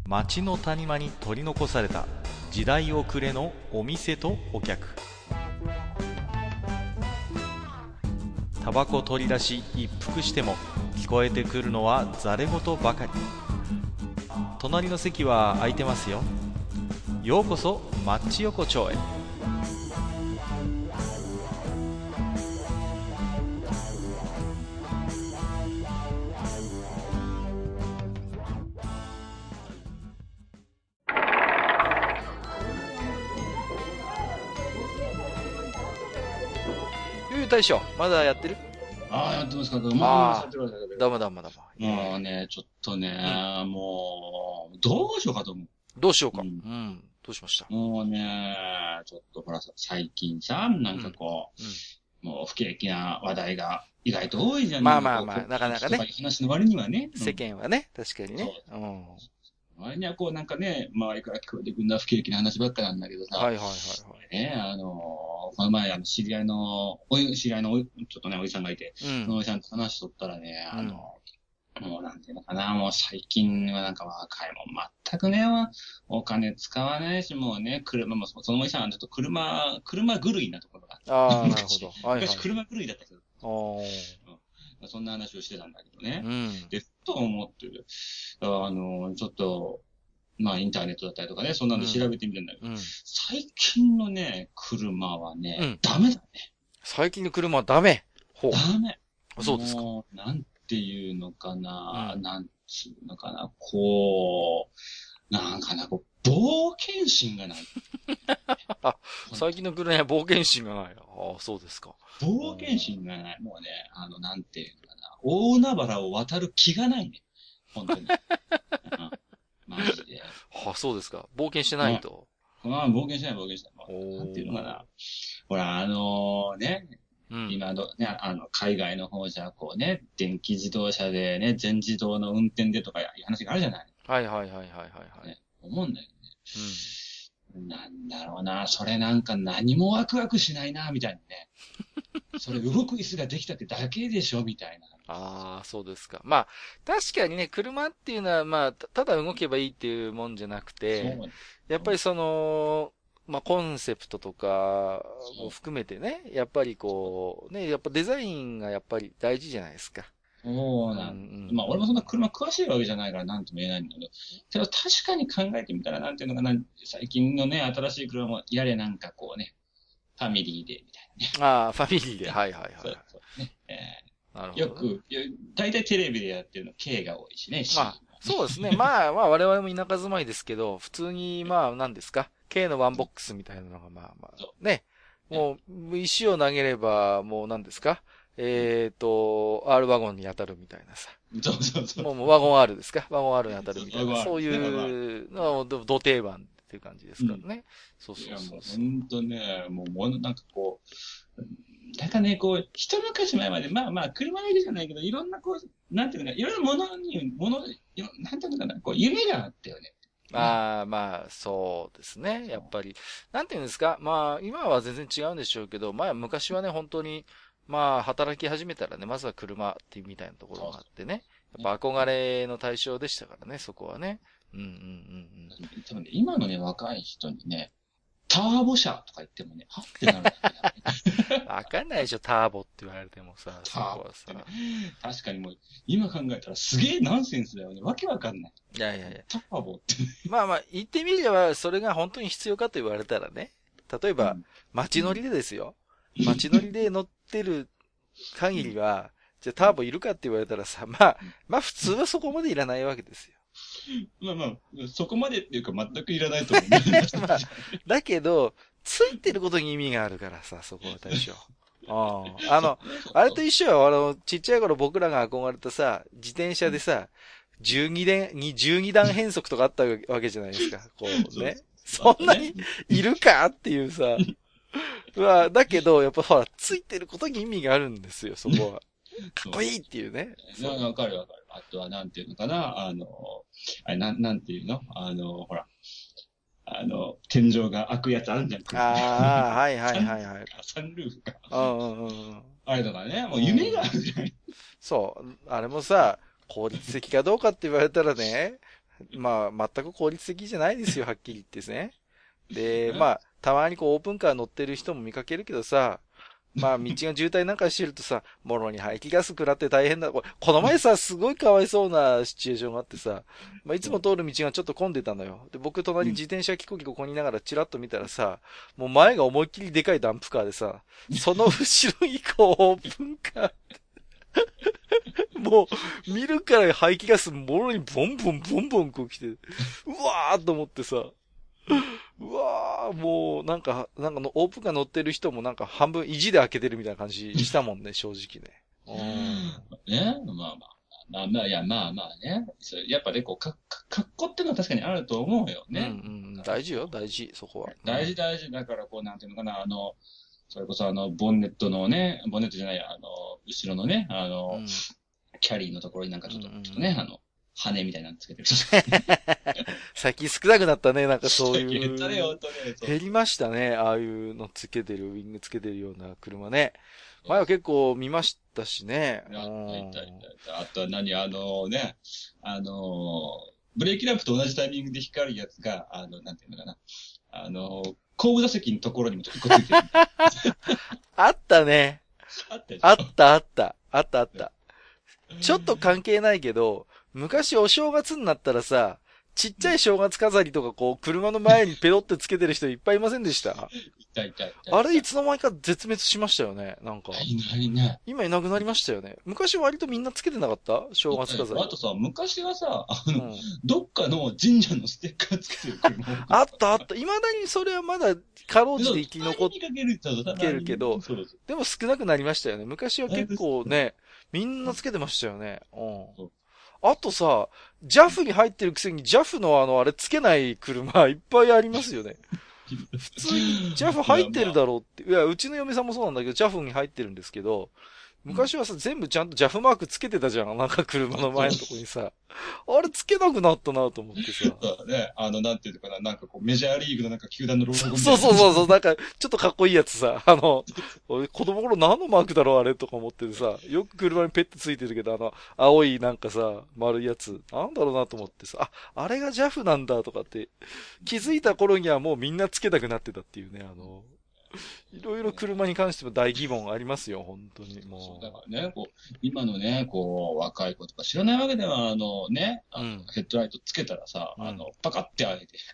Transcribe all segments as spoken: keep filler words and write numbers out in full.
町の谷間に取り残された時代遅れのお店とお客。タバコ取り出し一服しても聞こえてくるのはざれ言ばかり。隣の席は空いてますよ。ようこそマッチ横丁へ。ゆう大将、まだやってる？ ああ、やってますか。まあああ、やってください。 どうもどうもどうも。 もうね、ちょっとね、もう、どうしようかと思う。 どうしようか。 ううんん。どうしました？ もうね、ちょっとほら、最近さ、なんかこうん。 う、もう不景気な話題が意外と多いじゃん。 まあまあまあんこうなかなかねという話の割にはね。 世間はね、確かにね。 そううん。 割にはこうなんかね、周りから聞こえてくるのは不景気な話ばっかなんだけどさ。 はいはいはいはい。 ね、あの、この前、あの、知り合いの、おい、知り合いのおい、ちょっとね、おじさんがいて、 うんそのおじさんと話しとったらね、あの、もうなんていうのかな、もう最近はなんか若いもん全くね、お金使わないし、もうね、車も、そのおじさんはちょっと車、車狂いなところがあって。 ああ、なるほど。はいはい。 昔車狂いだったけど。 おー。 うん、そんな話をしてたんだけどね。 うん。 で、ふと思ってる。あの、ちょっと、まあインターネットだったりとかね、そんなんで調べてみるんだけど、 うん。 最近のね、車はね、 うんダメだね。 最近の車はダメ。ほう。 ダメ。 そうですか。 もう、なんていうのかな、 うんなんつうのかな、こう、なんかな、こう、冒険心がない。 あ、最近の車には冒険心がない。ああ、そうですか。 冒険心がない。もうね、あの、なんていうのかな、大海原を渡る気がないね。本当に。うん、マジで。 ああ、そうですか。冒険してないと。 まあ、冒険しない、冒険しない。 おーなんていうのかな。ほら、あのね、 うん。 今ど、ね、あの、海外の方じゃ、こうね、電気自動車でね、全自動の運転でとかいう話があるじゃない。 はいはいはいはいはいはい。 ね、思うんだよね。 うん。 なんだろうな、それなんか何もワクワクしないな、みたいなね。それ動く椅子ができたってだけでしょ、みたいな。 ああ、そうですか。まあ、確かにね、車っていうのは、まあ、たただ動けばいいっていうもんじゃなくそうて、 なんやっぱりその、まあ、コンセプトとかもそう含めてね、やっぱりこう、ね、やっぱデザインがやっぱり大事じゃないですか。 そうなん、 うんうん、 まあ、俺もそんな車詳しいわけじゃないから何とも言えないんだけど、けど確かに考えてみたら、なんていうのかな、最近のね、新しい車も、やれなんかこうね、ファミリーで、みたいなね。 ああ、ファミリーで、はいはいはい。 そうそうね。えなるほど、 ー、よく、大体テレビでやってるの K が多いしね、 まあ、そうですね。まあまあ我々も田舎住まいですけど、普通にまあ何ですか ?K のワンボックスみたいなのがまあまあ、ね。もう、石を投げれば、もう何ですかえっと、R ワゴンに当たるみたいなさ。 そうそうそう。 もうもうワゴン R ですかワゴン R に当たるみたいな。 そうそういうのは、ど定番っていう感じですからね。そうそうそうそう。 いやもう本当ね、もう、もうなんかこう、なんかね、こう、一昔前まで、まあまあ、車だけじゃないけど、いろんなこう、なんていうのかな、いろいろものに、もの、なんていうのかな、こう、夢があったよね。 まあまあ、そうですね。やっぱり。なんていうんですかまあ、今は全然違うんでしょうけど、まあ、昔はね、本当に、まあ、働き始めたらね、まずは車っていうみたいなところがあってね。やっぱ憧れの対象でしたからね、そこはね。うんうんうんうん。 多分ね、今のね、若い人にね、ターボ車とか言ってもね、はってなるんだよね。 わかんないでしょ、ターボって言われてもさ、そターボこはさ。 ってね。確かにもう、今考えたらすげえナンセンスだよね。わけわかんない。 いやいやいや。 ターボって。 まあまあ、言ってみれば、それが本当に必要かと言われたらね。例えば、街乗りでですよ。街乗りで乗ってる限りは、じゃあターボいるかって言われたらさ、まあ、まあ普通はそこまでいらないわけですよ。 まあまあ、そこまでっていうか全くいらないと思う。まあ、だけど、ついてることに意味があるからさ、そこは対象。ああ。あの、あれと一緒よ。あの、ちっちゃい頃僕らが憧れたさ、自転車でさ、じゅうにでん、じゅうに段変速とかあったわけじゃないですか。こうね。そんなにいるかっていうさ。まあ、だけど、やっぱほら、ついてることに意味があるんですよ、そこは。かっこいいっていうね。 わかるわかる。あとはなんていうのかな、あの、あれ、なん、なんていうのあの、ほら、あの、天井が開くやつあるんじゃん。 ああ、はいはいはいはい。 サンルーフか。 うんうんうん。 あれとかね、もう夢があるじゃん。 そう。あれもさ、効率的かどうかって言われたらね、 まあ、全く効率的じゃないですよ、はっきり言ってですね。で、 うんまあ、たまにこうオープンカー乗ってる人も見かけるけどさ、まあ、道が渋滞なんかしてるとさ、もろに排気ガス食らって大変だ。これこの前さ、すごいかわいそうなシチュエーションがあってさ、まあ、いつも通る道がちょっと混んでたのよ。で、僕、隣に自転車キコキコこにながらチラッと見たらさ、もう前が思いっきりでかいダンプカーでさ、その後ろにこう、オープンカー、もう、見るから排気ガスもろにボンボンボンボンこう来て、うわーと思ってさ、うわー、もう、なんか、なんかの、オープンカー乗ってる人もなんか半分意地で開けてるみたいな感じしたもんね、正直ね。うん。 ね、まあまあ。まあまあ、いや、まあまあね。それやっぱね、こう、か、か、格好ってのは確かにあると思うよね。 うんうん、大事よ、大事、そこは。 大事大事。だから、こう、なんていうのかな、あの、それこそあの、ボンネットのね、ボンネットじゃないや、あの、後ろのね、あの、 うん、 キャリーのところになんかちょっと、 うんうんちょっとね、あの、羽みたいなのつけてる人。 最近少なくなったね、なんかそういう。 言ったね、ほんとね。そう減りましたね、ああいうのつけてる、ウィングつけてるような車ね。前は結構見ましたしね。 いたいうんたいたいた。あとは何、あのね、あの、ブレーキランプと同じタイミングで光るやつが、あの、なんていうのかな。あの、後部座席のところにもちょっと一個ついてる。 あったね。 あったでしょあったあった。あったあった。ちょっと関係ないけど、昔お正月になったらさ、ちっちゃい正月飾りとかこう、車の前にペロってつけてる人いっぱいいませんでした？ いたいたいた。 あれいつの間にか絶滅しましたよね、なんか。 いないね。 今いなくなりましたよね。昔割とみんなつけてなかった正月飾り。 あとさ、昔はさ、あの、 うん、 どっかの神社のステッカーつけてる車多かあったあった。未だにそれはまだ、かろうじて生き残っ見かける人けるけどそうそうでも少なくなりましたよね。昔は結構ね、みんなつけてましたよね。うん。あとさ、ジャフ に入ってるくせに ジャフ のあの、あれつけない車いっぱいありますよね。普通に ジャフ 入ってるだろうって。いや、うちの嫁さんもそうなんだけど、ジャフ に入ってるんですけど、昔はさ、全部ちゃんと ジャフ マークつけてたじゃん。なんか車の前のとこにさ。あれつけなくなったなと思ってさ。 そうね。あの、なんていうのかな、なんかこう、メジャーリーグのなんか球団のロゴみたいな。 そうそうそうそう、なんか、ちょっとかっこいいやつさ、あの、俺子供頃何のマークだろうあれとか思っててさ、よく車にペッてついてるけど、あの、青いなんかさ、丸いやつ、なんだろうなと思ってさ、あ、あれが ジャフ なんだとかって、気づいた頃にはもうみんなつけたくなってたっていうね、あの、いろいろ車に関しても大疑問ありますよ、本当に。もう。 そうだからね、こう、今のね、こう、若い子とか知らないわけでは、あのね、あの、 うん、 ヘッドライトつけたらさ、 うんあの、パカって開いて。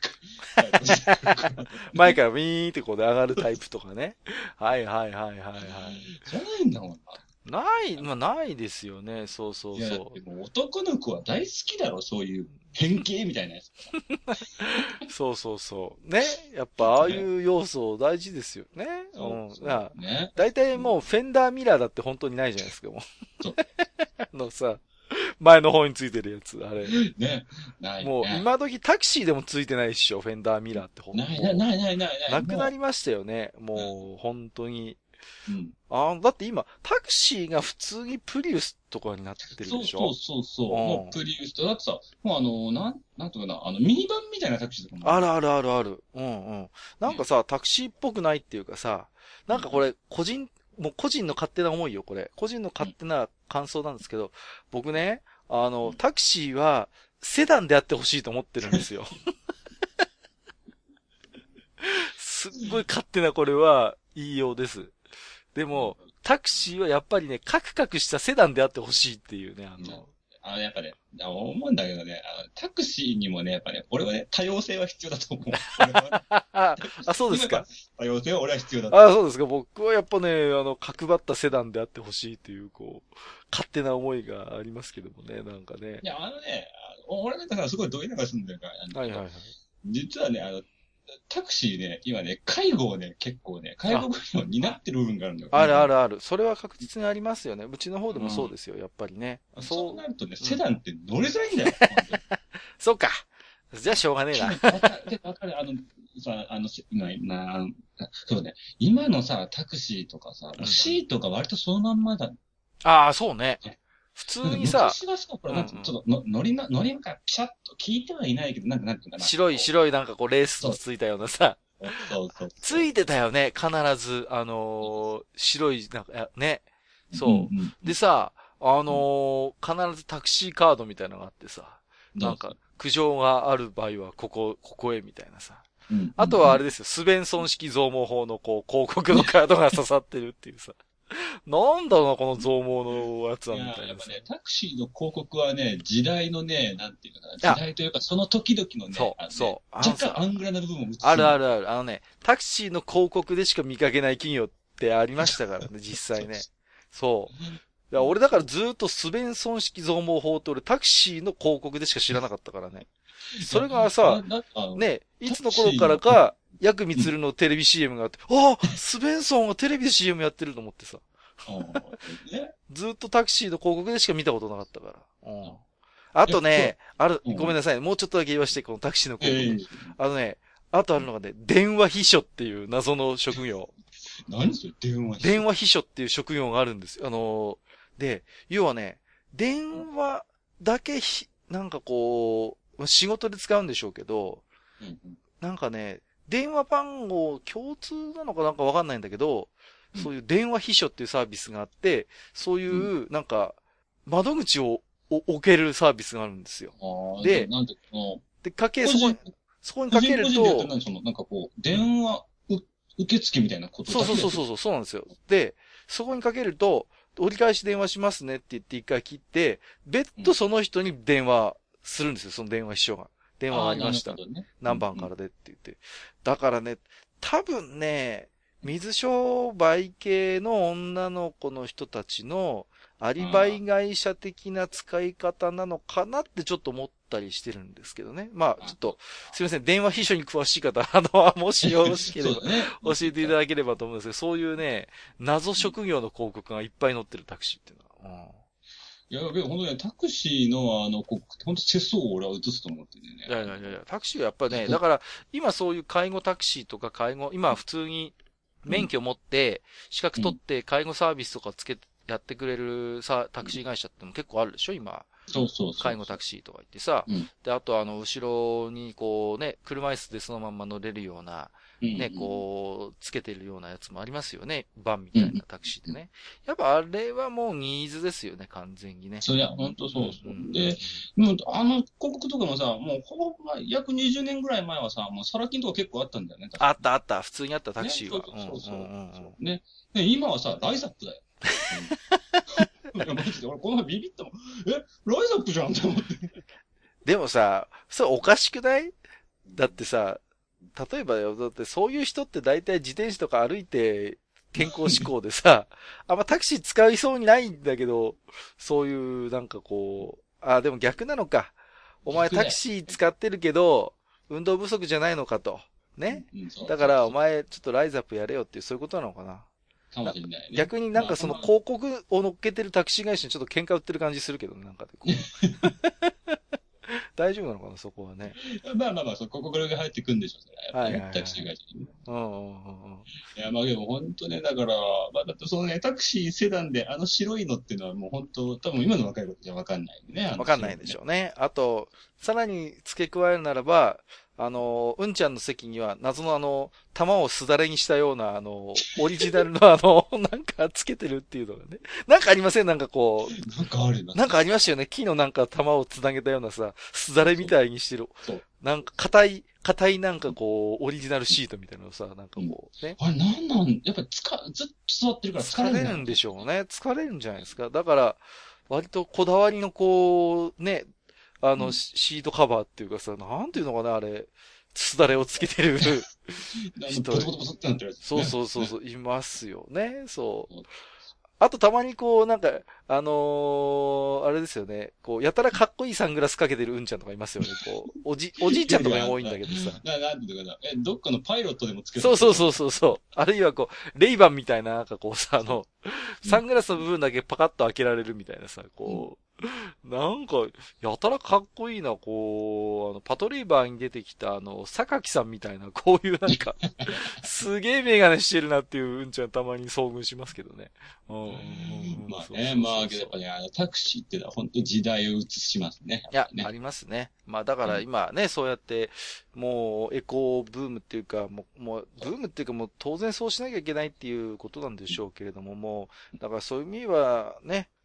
前からウィーンってこうで上がるタイプとかね。はいはいはいはいはい。 じゃないんだもんな。 ない、まあないですよね。そうそういや、 そでも男の子は大好きだろ、そういう変形みたいなやつ。 う。そうそうそう。ね。やっぱああいう要素大事ですよね。 そうそううん。だね。 いたいもうフェンダーミラーだって本当にないじゃないですか、もう。 そうあのさ、前の方についてるやつ、あれ。 ね。ない、ね。 もう今時タクシーでもついてないっしょ、フェンダーミラーってほんと。 ないないないないないない。 なくなりましたよね。もう、本当に。 うん。 あだって今、タクシーが普通にプリウスとかになってるでしょ。 そうそうそうそう。 うんもうプリウスと、だってさ、もうあの、なん、なんとかな、あの、ミニバンみたいなタクシーとかもあるあるあるある。うんうん。なんかさ、タクシーっぽくないっていうかさ、なんかこれ、個人、もう個人の勝手な思いよ、これ。個人の勝手な感想なんですけど、僕ね、あの、タクシーは、セダンであってほしいと思ってるんですよ。すっごい勝手なこれは言いようです。でも、タクシーはやっぱりね、カクカクしたセダンであってほしいっていうね、あの。 あの、やっぱね、思うんだけどね、あのタクシーにもね、やっぱね、俺はね、多様性は必要だと思う。俺はあ、そうですか。 多様性は俺は必要だと思う。 あ、そうですか。僕はやっぱね、あの、角張ったセダンであってほしいっていう、こう、勝手な思いがありますけどもね、なんかね。 いや、あのね、あの俺なんかさ、すごいどういうのがすんだよから、 はいはいはい。 実はね、あの、タクシーね、今ね、介護をね、結構ね、介護業を担ってる部分があるんだよ。 あるあるある。それは確実にありますよね。うちの方でもそうですよ、やっぱりね。 そうそうなるとね、セダンって乗りづらいんだよ。 そうか。じゃあしょうがねえな。 わかる、わかる、あの、さ、あの、今、今、あのそうね、今のさ、タクシーとかさ、 うんシートが割とそのまんまだ。 ああ、そうね。普通にさ、 昔はさ、これ、なんかちょっとの、乗りな、乗りがピシャッと聞いてはいないけど、なんか、なんていうかな。 白い白いなんかこうレースのついたようなさ、 そうそう。 ついてたよね、必ず。あのー、白い、なんか、ね。そう。 うんうん、 でさ、あのー、必ずタクシーカードみたいなのがあってさ、 なんか、苦情がある場合は、ここ、ここへみたいなさ。 うん、 あとはあれですよ、スベンソン式増毛法のこう、広告のカードが刺さってるっていうさ。なんだろうな、この増毛のやつは、みたいな。 やっぱね、タクシーの広告はね、時代のね、なんていうかな、時代というか、その時々のね、 そう、 ねそう。 若干アングラな部分も映す。 あるあるある。あのね、タクシーの広告でしか見かけない企業ってありましたからね、実際ね。そう。いや、俺だからずっとスベンソン式増毛法って俺タクシーの広告でしか知らなかったからね。それがさ、ね、いつの頃からか、ヤクミツルのテレビ シーエム があって、ああスベンソンがテレビで シーエム やってると思ってさ。ずっとタクシーの広告でしか見たことなかったから。うん、あとね、ある、ごめんなさい、もうちょっとだけ言わして、このタクシーの広告。あのね、あとあるのがね、電話秘書っていう謎の職業。 何それ電話秘書電話秘書っていう職業があるんですよ。あのー、で、要はね、電話だけひ、なんかこう、仕事で使うんでしょうけど、うんうん、なんかね、電話番号共通なのかなんかわかんないんだけど、うん、そういう電話秘書っていうサービスがあって、そういう、なんか、窓口を置けるサービスがあるんですよ。で、 なんで、 で、かけ、そこに、そこにかけると、 なんかこう、電話、うん、受付みたいなことそうそうそうそう、そうなんですよ。で、そこにかけると、折り返し電話しますねって言って一回切って、別途その人に電話するんですよ、その電話秘書が。電話がありました。ね、何番からでって言って。だからね、多分ね、水商売系の女の子の人たちのアリバイ会社的な使い方なのかなってちょっと思ったりしてるんですけどね。まあ、ちょっと、すいません、電話秘書に詳しい方、あの、もしよろしければ、教えていただければと思うんですけど、そういうね、謎職業の広告がいっぱい載ってるタクシーっていうのは。うんいや、けど本当ね、タクシーの、あの、こ本当世相を俺は映すと思ってね。 いやいやいやいや、タクシーはやっぱね、だから、今そういう介護タクシーとか介護、今は普通に免許持って、資格取って介護サービスとかつけ、やってくれるさ、タクシー会社っても結構あるでしょ、今。 そうそうそう。 介護タクシーとか言ってさ。うん、で、あとあの、後ろにこうね、車椅子でそのまま乗れるような、ね、こう、つけてるようなやつもありますよね。バンみたいなタクシーでね。やっぱあれはもうニーズですよね、完全にね。 そりゃ、ほんとそうそう。うん、で、もう、あの、広告とかもさ、もう、ほぼ、約にじゅうねんぐらい前はさ、もう、サラ金とか結構あったんだよね。 あったあった。普通にあったタクシーは。ね、 そうそうそう。ね。で、今はさ、ライザップだよ。いや、マジで、俺この前ビビったもん。え、ライザップじゃんって思って。 でもさ、それおかしくない？だってさ、例えばよ、だってそういう人って大体自転車とか歩いて健康志向でさ、あんまタクシー使いそうにないんだけど、そういうなんかこう、あ、でも逆なのか。お前タクシー使ってるけど、運動不足じゃないのかと。ね。だからお前ちょっとライズアップやれよっていうそういうことなのかな。 かもしれないね。 逆になんかその広告を乗っけてるタクシー会社にちょっと喧嘩売ってる感じするけどね、なんかでこう。大丈夫なのかな、そこはね。 まあまあまあ、そここが入ってくんでしょ、それは。やっぱり、ね、はいはいはい、タクシー会社に、ね。うんうんうん。いや、まあでも本当ね、だから、まあだってそのね、タクシーセダンであの白いのっていうのはもう本当、多分今の若い子じゃわかんないね。 わかんないでしょうね。あと、さらに付け加えるならば、あの、うんちゃんの席には謎のあの、玉をすだれにしたような、あの、オリジナルのあの、なんかつけてるっていうのがね。なんかありません？なんかこう。 なんかあるな。 なんかありましたよね。木のなんか玉をつなげたようなさ、すだれみたいにしてる。そう。なんか硬い、硬いなんかこう、オリジナルシートみたいなのさ、なんかこう、ね。 うん、あれなんなん、やっぱつか、ずっと座ってるから疲れる。疲れるんでしょうね。疲れるんじゃないですか。だから、割とこだわりのこう、ね、あの、うん、シートカバーっていうかさ、なんていうのかな、あれ。すだれをつけてる人。そうそうそうそう、いますよね。そう。あとたまにこう、なんか、あのー、あれですよね。こう、やたらかっこいいサングラスかけてるうんちゃんとかいますよね。こう、おじ、おじいちゃんとかに多いんだけどさ。 な、なんていうかな。え、どっかのパイロットでもつけるそうそうそうそうそう。あるいはこう、レイバンみたいな、なんかこうさ、あの、サングラスの部分だけパカッと開けられるみたいなさ、こう、なんか、やたらかっこいいな、こう、あの、パトレイバーに出てきた、あの、榊さんみたいな、こういうなんか、すげえメガネしてるなっていううんちゃんたまに遭遇しますけどね。うん、 まあね、まあ、やっぱり、ね、あの、タクシーってのは本当時代を映しますね。 いや、ありますね。まあだから今ね、うん、そうやって、もうエコブームっていうか、もう、もう、ブームっていうかもう当然そうしなきゃいけないっていうことなんでしょうけれども、もう、だからそういう意味はね、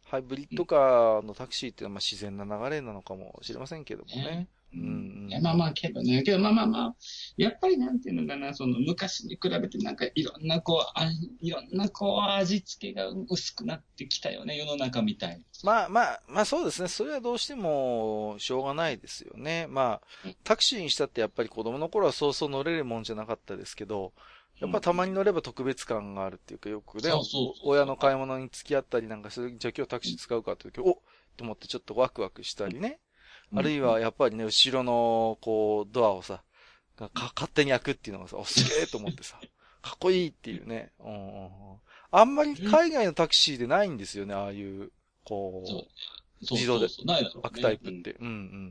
ハイブリッドカーのタクシーっていうのはまあ自然な流れなのかもしれませんけどもね。 ね。ううんん。いや、 うん。 まあまあ、けどね、けどまあまあまあ、やっぱりなんていうのかな、その昔に比べてなんかいろんなこう、あいろんなこう味付けが薄くなってきたよね、世の中みたいなさ。 まあまあ、まあそうですね。それはどうしてもしょうがないですよね。まあ、 うん。 タクシーにしたってやっぱり子供の頃はそうそう乗れるもんじゃなかったですけど、やっぱたまに乗れば特別感があるっていうか、よくね、 そうそうお親そうそう。あ、 の買い物に付き合ったりなんかする、じゃあ今日タクシー使うかっていう時、おと思ってちょっとワクワクしたりね。 うん。 あるいはやっぱりね、後ろのこう、ドアをさ、か勝手に開くっていうのがさ、お、すげえと思ってさ、かっこいいっていうね。うんうんうん。あんまり海外のタクシーでないんですよね、ああいう、 そう、 こう、 そう自動でそうそう。ないだろ開くタイうね。うん。 プって。うんうん。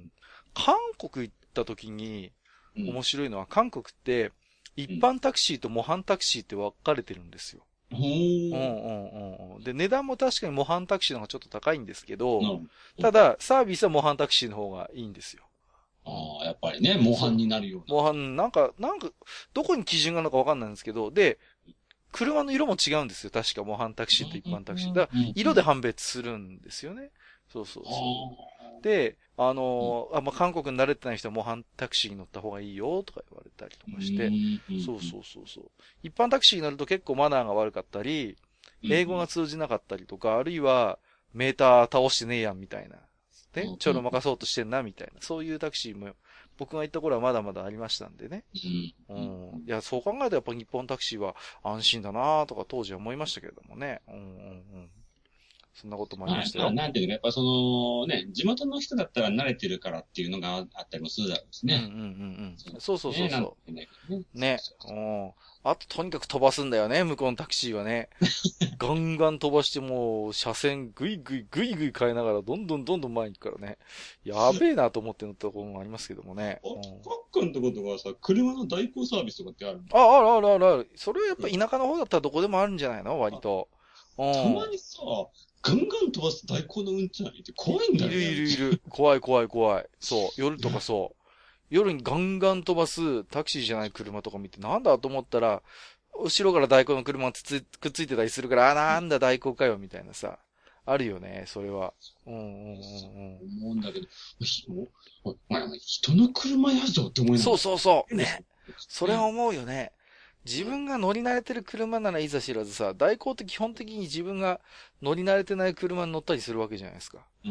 韓国行った時にうん。 面白いのは、韓国って一うん。 般タクシーと模範タクシーって分かれてるんですよ。 ほうんうー。 んうん。で、値段も確かに模範タクシーの方がちょっと高いんですけど、 なるほど。 ただ、サービスは模範タクシーの方がいいんですよ。うん。 ああ、やっぱりね、模そう。 範になるような。 模範、なんか、なんか、どこに基準があるのかわかんないんですけど、で、車の色も違うんですよ。確か模範タクシーと一般タクシー。だから、 うん、うん。 色で判別するんですよね。そうそうあそう。 あ。 で、あうん。 のーあ、まあ、韓国に慣れてない人は模範タクシーに乗った方がいいよとか言われたりとうかして、 ん、うん、 そうそうそうそう。一般タクシーに乗ると結構マナーが悪かったり、 うん。 英語が通じなかったりとか、あるいはメーター倒してねえやんみたいな。ね、 うん、 ちょろまかそうとしてんなみたいな。そういうタクシーも僕が行った頃はまだまだありましたんでね。ううん、 ん。いや、そう考えるとやっぱ日本タクシーは安心だなとか当時は思いましたけれどもね。うんうんうん。そんなこともありまあ、まあ、 ましたよ。 なんていうか、やっぱそのね、地元の人だったら慣れてるからっていうのがあったりもするだろうしね。 うんうんうんそううん。そうそうそうね、なんてそ言うんだけどね。 う。ね。 そうそううん。あととにかく飛ばすんだよね、向こうのタクシーはね。ガンガン飛ばしてもう、車線ぐいぐいぐいぐい変えながら、どんどんどんどん前に行くからね。やべえなと思って乗ったところもありますけどもね。 あ、 うん。 カッカンとことかさ、車の代行サービスとかってあるの？ あ、あるあるあるある。それはやっぱうん。 田舎の方だったらどこでもあるんじゃないの割あ、 と。うたまん。 にさ、ガンガン飛ばす代行の運転手ってい、 怖いんだいるよね、あれ。 いるいる。怖い怖い怖い。そう。夜とかね。 そう。夜にガンガン飛ばすタクシーじゃない車とか見てなんだと思ったら、後ろから代行の車がつつくっついてたりするから、あ、なんだ代行かよ、みたいなさ。あるよね、それは。うんうんうんうん。 思うんだけど、ひもう、お前、お前人の車やぞって思いなそうがら。 そうそう。 変でしょ。 ね。それは思うよね。自分が乗り慣れてる車ならいざ知らずさ、代行って基本的に自分が乗り慣れてない車に乗ったりするわけじゃないですか。 うん。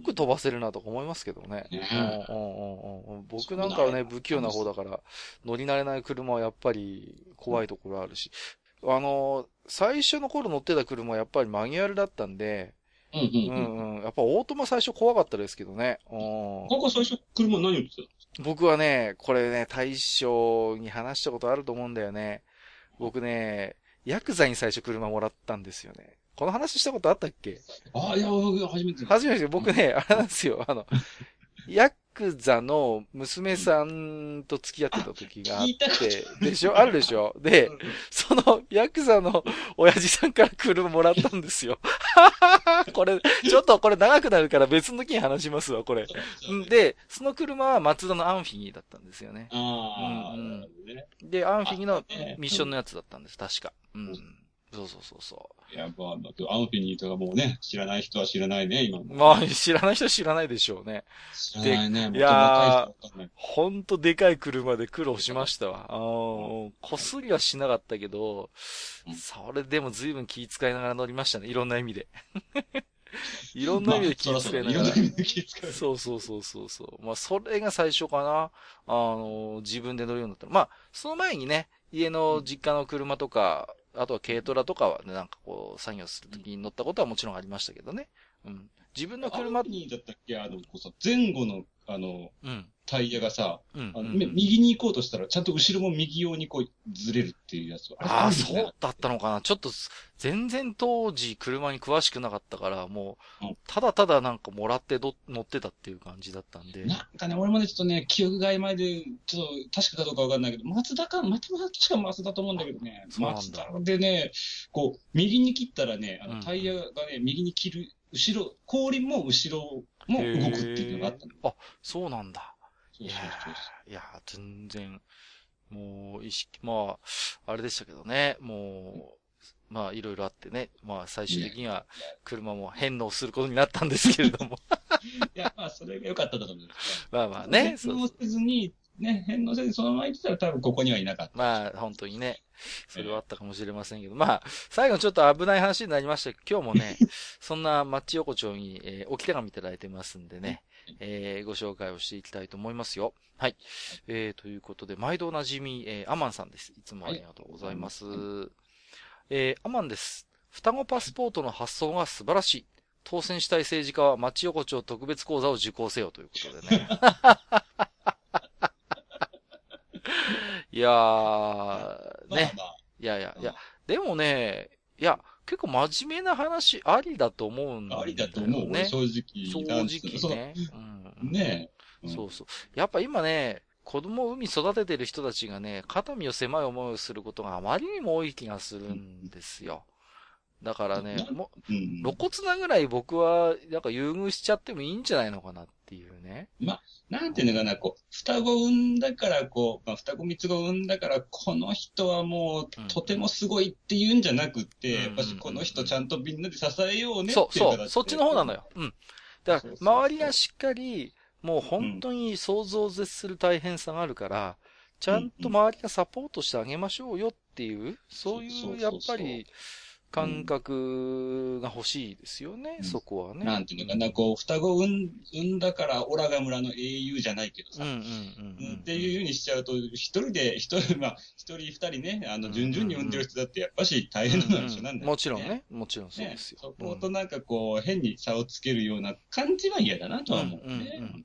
よく飛ばせるなとか思いますけどね。 ねうんうんえ。 うんうん。僕なんかはね、 そうだよ。 不器用な方だから、乗り慣れない車はやっぱり怖いところあるし。あの、最初の頃乗ってた車はやっぱりマニュアルだったんで、 うんうんううん。 んうん。やっぱオートマ最初怖かったですけどね。うん。 ここ最初車何言ってた？ 僕はね、これね、大将に話したことあると思うんだよね。僕ね、ヤクザに最初車もらったんですよね。この話したことあったっけ？ ああ、いや、初めてだ。 初めて、僕ね、あれなんですよ。あの、ヤクザの娘うん。 さんと付き合ってあ、 た時があっ聞いたことて、でしょあるでしょで、 ある。 そのヤクザの親父さんから車もらったんですよ。これ、ちょっとこれ長くなるから別の時に話しますわ、これ。 そうそうね。 んで、その車はマツダのアンフィニーだったんですよね。うんうああ、なるん。 ほどね。 で、アンフィあっニーのたね。うん。 ミッションのやつだったんです、確か。ううん。 ん。そうそうそうそいや、まあ、だってアンフィニーとかもうね、知らない人は知らないね、今う。 もうね。 まあ、知らない人知らないでしょうね。で、 知らないね。 いもっと若い人やー、 わかんない。 ほんとでかい車で苦労しでかかっましたわ。あた。うん。 ーこすりはしなかったけど、 うん。 それでも随分気遣いながら乗りましたね。いろんな意味で。いろんな意まあ、 味で気そらそうだね。 遣いながら。 いろんな意味で気遣う。 そうそうそうそうそう。まあ、それが最初かな。あの、自分で乗るようになったの。まあ、その前にね、家の実家の車とか、あとは軽トラとかはね、なんかこう、作業するときに乗ったことはもちろんありましたけどね。うん。自分のアンフ車、 ィニーだったっけ？あの、こうさ、前後の、あの、 うん。 タイヤがさ、 うん、うん、 あの、 うん。 め右に行こうとしたら、ちゃんと後ろも右用にこう、ずれるっていうやつ。あれ、 ああ、 あるよね。 そうだったのかな。ちょっと、全然当時車に詳しくなかったから、もう、 うん。 ただただなんかもらってど乗ってたっていう感じだったんで。 なんかね、俺もね、ちょっとね、記憶が曖昧で、ちょっと確かかどうかわかんないけど、松田か、また確か松田と思うんだあ、 けどね、 そうなんだ。 松田でね、こう、右に切ったらね、あの、 うん、うん。 タイヤがね、右に切る、後ろ、後輪も後ろも動くっていうのがあへえ。 ったの。 あ、そうなんだ。いやそうそうそうそー、いやー、全然、もう、意識、まあ、あれでしたけどね、もまあ、いろいろあってね。まあ、最終的には車も返納することになったんですけれども。 いや、まあ、それが良かったと思うんですよ。 まあまあね。 返納せずに、ね、返納せずにそのまま行ってたら多分ここにはいなかった。 まあ、本当にね。それはあったかもしれませんけど。まあ、最後ちょっと危ない話になりましたけど、今日もね、そんなマッチ横丁に、えー、置き手紙いただいてますんでね、えー、ご紹介をしていきたいと思いますよ。はい。えー、ということで、毎度おなじみ、えー、アマンさんです。いつもありがとうございます。はい、えー、アマンです。双子パスポートの発想が素晴らしい。当選したい政治家はマッチ横丁特別講座を受講せよということでね。いやー、ね。まあまあ、いやいや、いや、でもね、いや、結構真面目な話ありだと思うんだよね。 ありだと思うね。正直。 正直ね。 うん、ねえ、うん。そうそう。やっぱ今ね、子供を産み育ててる人たちがね、肩身を狭い思いをすることがあまりにも多い気がするんですよ。だからね、もう、うん、露骨なぐらい僕は、なんか優遇しちゃってもいいんじゃないのかなっていうね。 ま、なんていうのかな、こう、双子産んだから、こう、まあ、双子三つ子産んだから、この人はもう、とてもすごいっていうんじゃなくって、うん、やっぱしこの人ちゃんとみんなで支えようねっていうそう、そう、そっちの方なのよ。うん。だから、周りがしっかり、もう本当に想像を絶する大変さがあるから、ちゃんと周りがサポートしてあげましょうよっていう、そういう、やっぱり、感覚が欲しいですよね、うん、そこはね。 なんていうのかな、こう、双子産ん産んだから、オラガ村の英雄じゃないけどさ、っていうふうにしちゃうと、一人で、一人、まあ、一人二人ね、あの、順々に産んでる人だって、やっぱし大変なのは一緒なんだよね、うんうん。 もちろんね、もちろんそうですよ。 ね、そことなんかこう、変に差をつけるような感じは嫌だなとは思うね。うんうんうん、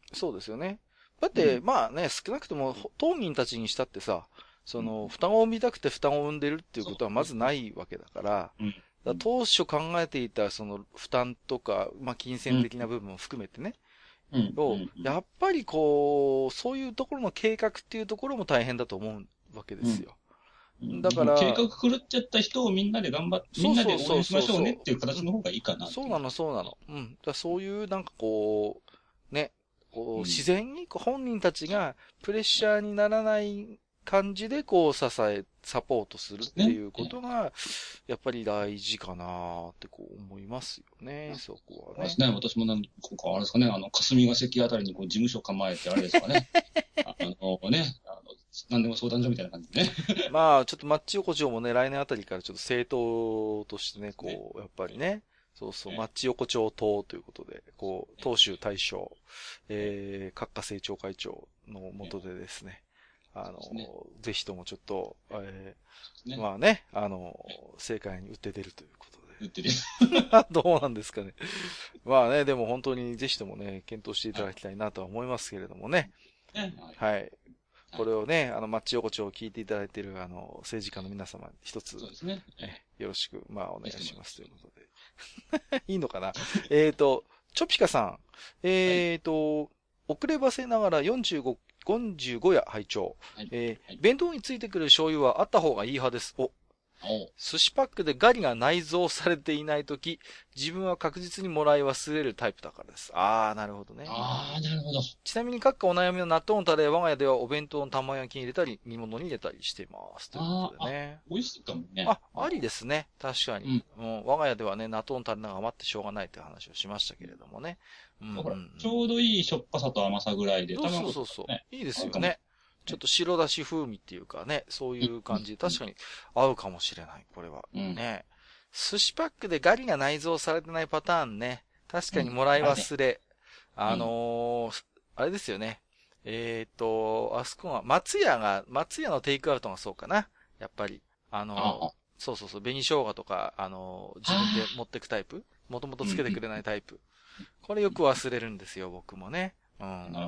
そうですよね。だって、うん、まあね、少なくとも、当人たちにしたってさ、その、双子を産みたくて双子を産んでるっていうことはまずないわけだから、うんだ当初考えていたその負担とか、まあ、金銭的な部分も含めてね。うん。を、やっぱりこう、そういうところの計画っていうところも大変だと思うわけですよ。 うん、だから。計画狂っちゃった人をみんなで頑張って、みんなで応援しましょうねっていう形の方がいいかな。 そうなの、そうなの。うん。だそういうなんかこう、ね、こう、自然に本人たちがプレッシャーにならない感じでこう支え、サポートするっていうことが、やっぱり大事かなってこう思いますよね、そこはね。そうですね、私もなんか、あれですかね、あの、霞が関あたりにこう事務所構えてあれですかね。あのね、あの、何でも相談所みたいな感じでね。 まあ、ちょっとマッチ横丁もね、来年あたりからちょっと政党としてね、こう、やっぱりね、そうそう、マッチ横丁党ということで、こう、党首大将、えー、閣下政調会長の下でですね、あの、ね、ぜひともちょっと、えーね、まあね、あの、政界に打って出るということで。 打って出る。 どうなんですかね。まあね、でも本当にぜひともね、検討していただきたいなとは思いますけれどもね。はい。はい、これをね、あの、マッチ横丁を聞いていただいている、あの、政治家の皆様、一つ、そうですね、えよろしく、まあ、お願いしますということで。いいのかなえっと、チョピカさん、えっと、はい、遅ればせながらよんじゅうご、よんじゅうご夜拝聴、はいえーはい。弁当についてくる醤油はあった方がいい派です。お。寿司パックでガリが内蔵されていないとき、自分は確実にもらい忘れるタイプだからです。あー、なるほどね。 あー、なるほど。 ちなみに各家お悩みの納豆のタレ、我が家ではお弁当の玉焼きに入れたり、煮物に入れたりしています。ということでね。 美味しいかもね。 あ、ありですね。確かに。うん、我が家ではね、納豆のタレが余ってしょうがないって話をしましたけれどもね。 うんうん、ちょうどいいしょっぱさと甘さぐらいで。 そうそうそうそう、ね。いいですよね。ちょっと白だし風味っていうかね、そういう感じで確かに合うかもしれない、これは。うん、ね。寿司パックでガリが内蔵されてないパターンね。確かにもらい忘れ。うん、あのー、あれですよね。えっ、ー、と、あそこは、松屋が、松屋のテイクアウトがそうかな。やっぱり。あのー、あそうそうそう、紅生姜とか、あのー、自分で持ってくタイプもともとつけてくれないタイプ。これよく忘れるんですよ、僕もね。うん、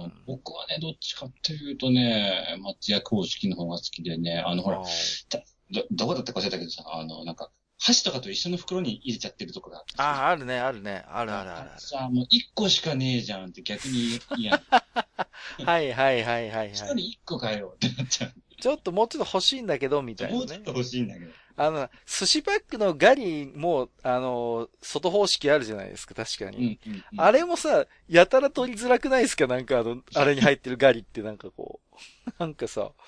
僕はね、どっちかっていうとね、松屋公式の方が好きでね、あの、ほら、ど、どこだったか忘れたけどさ、あの、なんか、箸とかと一緒の袋に入れちゃってるとこがああ、あるね、あるね、あるあるあるある。 さあ、もう一個しかねえじゃんって逆に嫌。 はいはいはいはいはい。 一人一個買えよってなっちゃう。 ちょっともうちょっと欲しいんだけど、みたいな、ね。 もうちょっと欲しいんだけど。 あの、寿司パックのガリも、あの、外方式あるじゃないですか、確かに。うんうんうん、あれもさ、やたら取りづらくないですかなんかあの、あれに入ってるガリってなんかこう。なんかさ、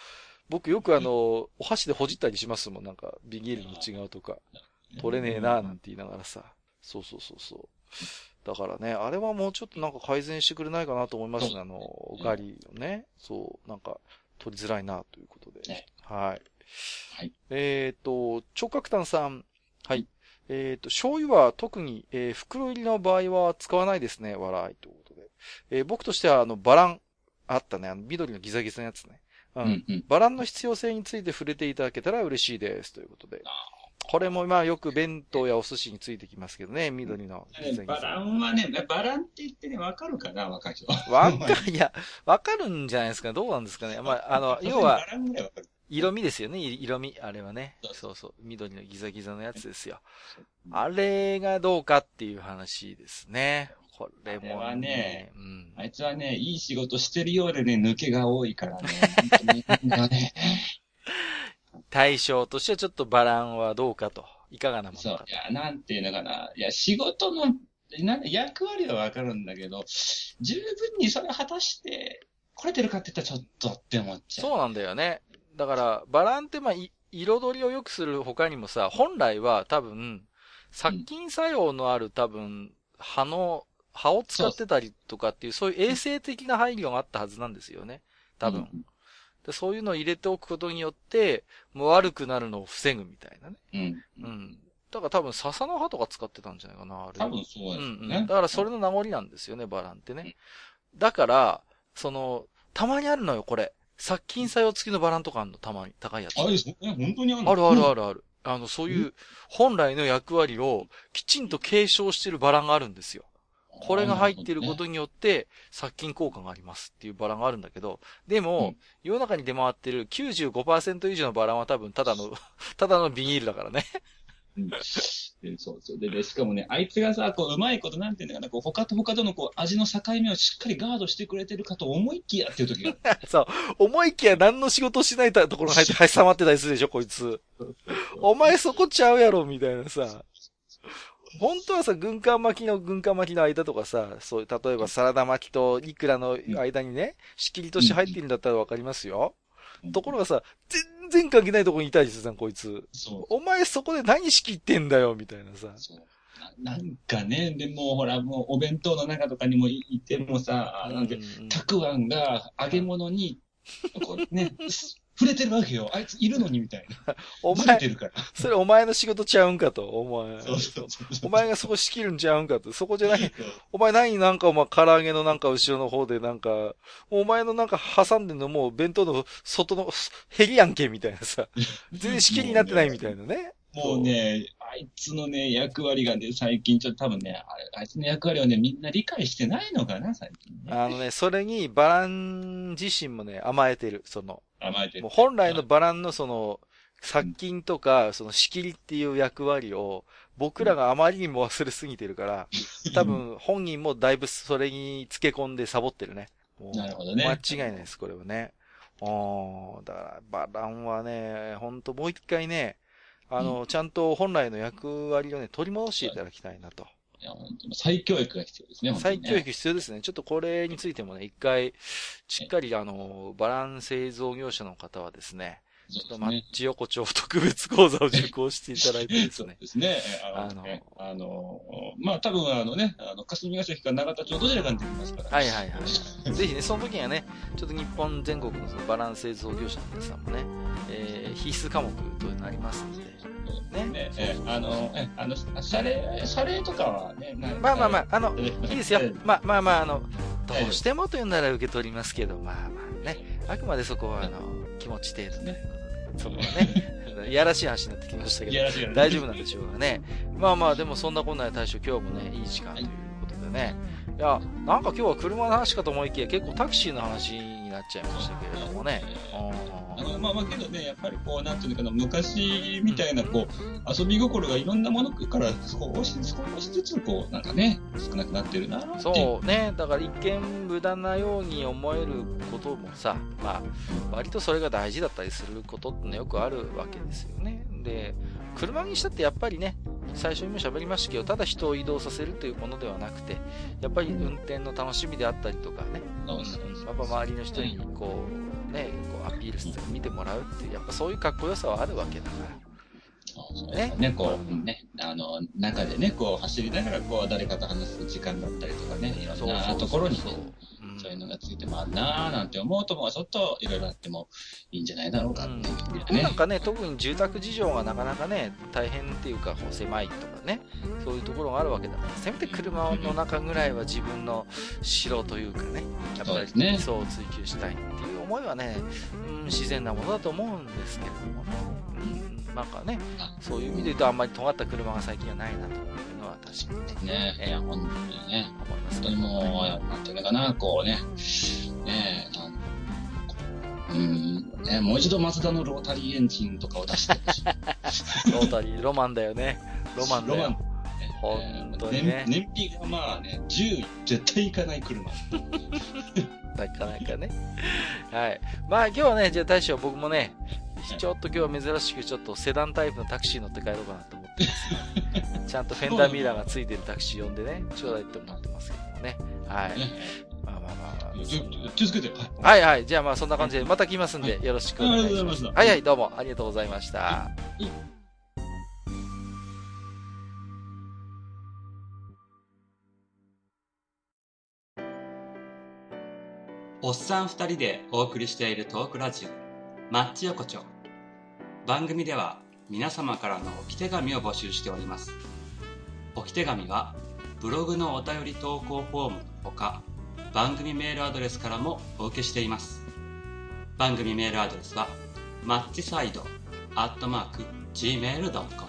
僕よくあの、お箸でほじったりしますもん。なんか、ビニールの内側とか。取れねえなーなんて言いながらさ。そうそうそうそう。だからね、あれはもうちょっとなんか改善してくれないかなと思いますね。あの、ガリのね。そう、なんか、取りづらいなということで。はい。 はい。 えっと、超角炭さん。はい。えっと、醤油は特に、えー、袋入りの場合は使わないですね。笑いということで。えー、僕としては、あの、バラン、あったね。あの、緑のギザギザのやつね。うん。うんうん、バランの必要性について触れていただけたら嬉しいです。ということで。これもまあよく弁当やお寿司についてきますけどね。緑のギザギザ。 バランはね、バランって言ってね、わかるかな若い人。 わかる、いや、わかるんじゃないですか。どうなんですかね。まあ、あの、要は、色味ですよね。色味。あれはね。そうそう。緑のギザギザのやつですよ。あれがどうかっていう話ですね。これも、ね。 あれはね、うん、あいつはね、いい仕事してるようでね、抜けが多いからね。本当に対象としてはちょっとバランはどうかと。いかがなものかと。 そう。いや、なんていうのかな。いや、仕事の、なん役割はわかるんだけど、十分にそれを果たして、来れてるかって言ったらちょっとって思っちゃう。 そうなんだよね。だから、バランってまあ、彩りを良くする他にもさ、本来は多分、殺菌作用のある多分、葉の、葉を使ってたりとかっていう、そういう衛生的な配慮があったはずなんですよね。多分。うん、でそういうのを入れておくことによって、もう悪くなるのを防ぐみたいなね。うん。うん。だから多分笹の葉とか使ってたんじゃないかな、あれ。 多分そうですね。うんうん。 だからそれの名残なんですよね、バランってね。だから、その、たまにあるのよ、これ。殺菌作用付きのバランとかあるの、たまに。高いやつ。 あれですね。本当にあるの？ あるあるあるある。あの、そういう、本来の役割をきちんと継承してるバランがあるんですよ。これが入っていることによって、殺菌効果がありますっていうバランがあるんだけど、でも、うん、世の中に出回ってる きゅうじゅうごパーセント 以上のバランは多分、ただの、ただのビニールだからね。 うん、そうそう。で、で、しかもね、あいつがさ、こう、うまいこと、なんていうのかな、こう、他と他とのこう、味の境目をしっかりガードしてくれてるかと思いきやっていう時が。 そう。思いきや何の仕事しないところが入って、はい、さまってたりするでしょ、こいつ。お前そこちゃうやろ、みたいなさ。本当はさ、軍艦巻きの軍艦巻きの間とかさ、そういう、例えばサラダ巻きとイクラの間にね、仕切りとして入ってるんだったらわかりますよ。ところがさ、全然関係ないところにいたりするじゃん、こいつ。そう。お前そこで何仕切ってんだよ、みたいなさ。 そうな。なんかね、でもほら、もうお弁当の中とかにもいてもさ、なんて、たくあんが揚げ物に、こうね、触れてるわけよ。あいついるのにみたいな。お前、てるからそれお前の仕事ちゃうんかと、お前。そうそうそうお前がそこ仕切るんちゃうんかと。そこじゃない。お前何なんかお前唐揚げのなんか後ろの方でなんか、お前のなんか挟んでんのもう弁当の外のヘリやんけみたいなさ。全然仕切りになってないみたいなね。 もうね、あいつのね、役割がね、最近ちょっと多分ね、あれ、あいつの役割をね、みんな理解してないのかな、最近ね。 あのね、それにバラン自身もね、甘えてる、その。 甘えてる。 もう本来のバランのその、殺菌とか、その仕切りっていう役割を、僕らがあまりにも忘れすぎてるから、多分本人もだいぶそれにつけ込んでサボってるね。 なるほどね。 間違いないです、これはね。ああ、だからバランはね、ほんともう一回ね、あの、うん、ちゃんと本来の役割をね、取り戻していただきたいなと。 いや、本当に再教育が必要ですね、ね再教育必要ですね。ちょっとこれについてもね、一回、しっかりあの、バラン製造業者の方はですね、ちょっとマッチ横丁特別講座を受講していただいてですね。 そうですね。あの、ね、あの、まあ、多分あのね、あの、霞ヶ関か永田町どちらかにできますから、ね。 はいはいはい。ぜひね、その時にはね、ちょっと日本全国のそのバラン製造業者の皆さんもね、えー、必須科目というのがありますので、ね。 ね、え、あの、え、あの、謝礼、謝礼とかはね、 まあまあまあ、あの、いいですよ。まあまあまあ、あの、どうしてもというなら受け取りますけど、まあまあね、あくまでそこは、あの、気持ち程度ということで、そこはね、いやらしい話になってきましたけど、大丈夫なんでしょうかね。まあまあ、でもそんなこんなで大将、今日もね、いい時間ということでね。いや、なんか今日は車の話かと思いきや、結構タクシーの話になっちゃいましたけれどもね。 あの、まあまあけどね、やっぱりこう、なんていうのかな、昔みたいな、こう、遊び心がいろんなものから少し、少しずつ、こう、なんかね、少なくなってるなって。 そうね。だから一見無駄なように思えることもさ、まあ、割とそれが大事だったりすることってね、よくあるわけですよね。で、車にしたってやっぱりね、最初にも喋りましたけど、ただ人を移動させるというものではなくて、やっぱり運転の楽しみであったりとかね、うん、やっぱ周りの人にこう、 ね、こうアピールして見てもらうっていう、やっぱそういうかっこよさはあるわけだから。 そうですね、こうね、あの、中でね、こう走りながら、こう誰かと話す時間だったりとかね、いろんなところにね、そういうのがついてもあるなぁなんて思うと、もうちょっといろいろあってもいいんじゃないだろうかっていう、 ね。うん、なんかね、特に住宅事情がなかなかね、大変っていうか、こう狭いとかね、そういうところがあるわけだから、せめて車の中ぐらいは自分の城というかね、やっぱり理想を追求したいっていう思いはね、うん、自然なものだと思うんですけれどもね。うんなんかね、そういう意味で言うとあんまり尖った車が最近はないなというのは確かにね。ね、いや、本当にね、 思います、 本当にもう、なんていうのかな、こうね、ねえ、うん、ね、もう一度マツダのロータリーエンジンとかを出してほしい。 ロータリー、ロマンだよね。ロマンだよ。ロマン。本当にね。 燃費がまあね、じゅう絶対いかない車。 なかなかね。はい。まあ今日はね、じゃあ大将僕もね、ちょっと今日は珍しくちょっとセダンタイプのタクシー乗って帰ろうかなと思ってます。ちゃんとフェンダーミラーがついてるタクシー呼んでね、ちょうだいって思ってますけどもね。はい。まあまあまあ。 気をつけて。 はいはい。じゃあまあそんな感じでまた来ますんで、よろしくお願いします。はいはい、どうもありがとうございました。 おっさん二人でお送りしているトークラジオ、マッチ横丁。番組では皆様からの置き手紙を募集しております。置き手紙はブログのお便り投稿フォームのほか、番組メールアドレスからもお受けしています。番組メールアドレスはマッチサイドアットマーク ジーメールドットコム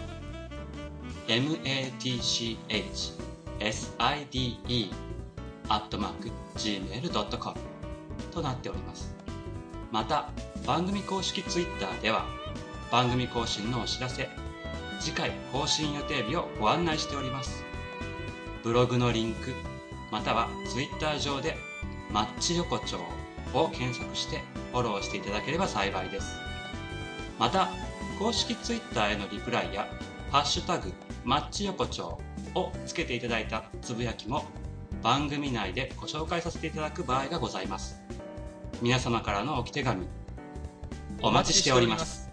matchside アットマーク ジーメールドットコム となっております。また番組公式ツイッターでは番組更新のお知らせ、次回更新予定日をご案内しております。ブログのリンクまたはツイッター上でマッチ横丁を検索してフォローしていただければ幸いです。また公式ツイッターへのリプライやハッシュタグマッチ横丁をつけていただいたつぶやきも番組内でご紹介させていただく場合がございます。皆様からの置き手紙お待ちしております。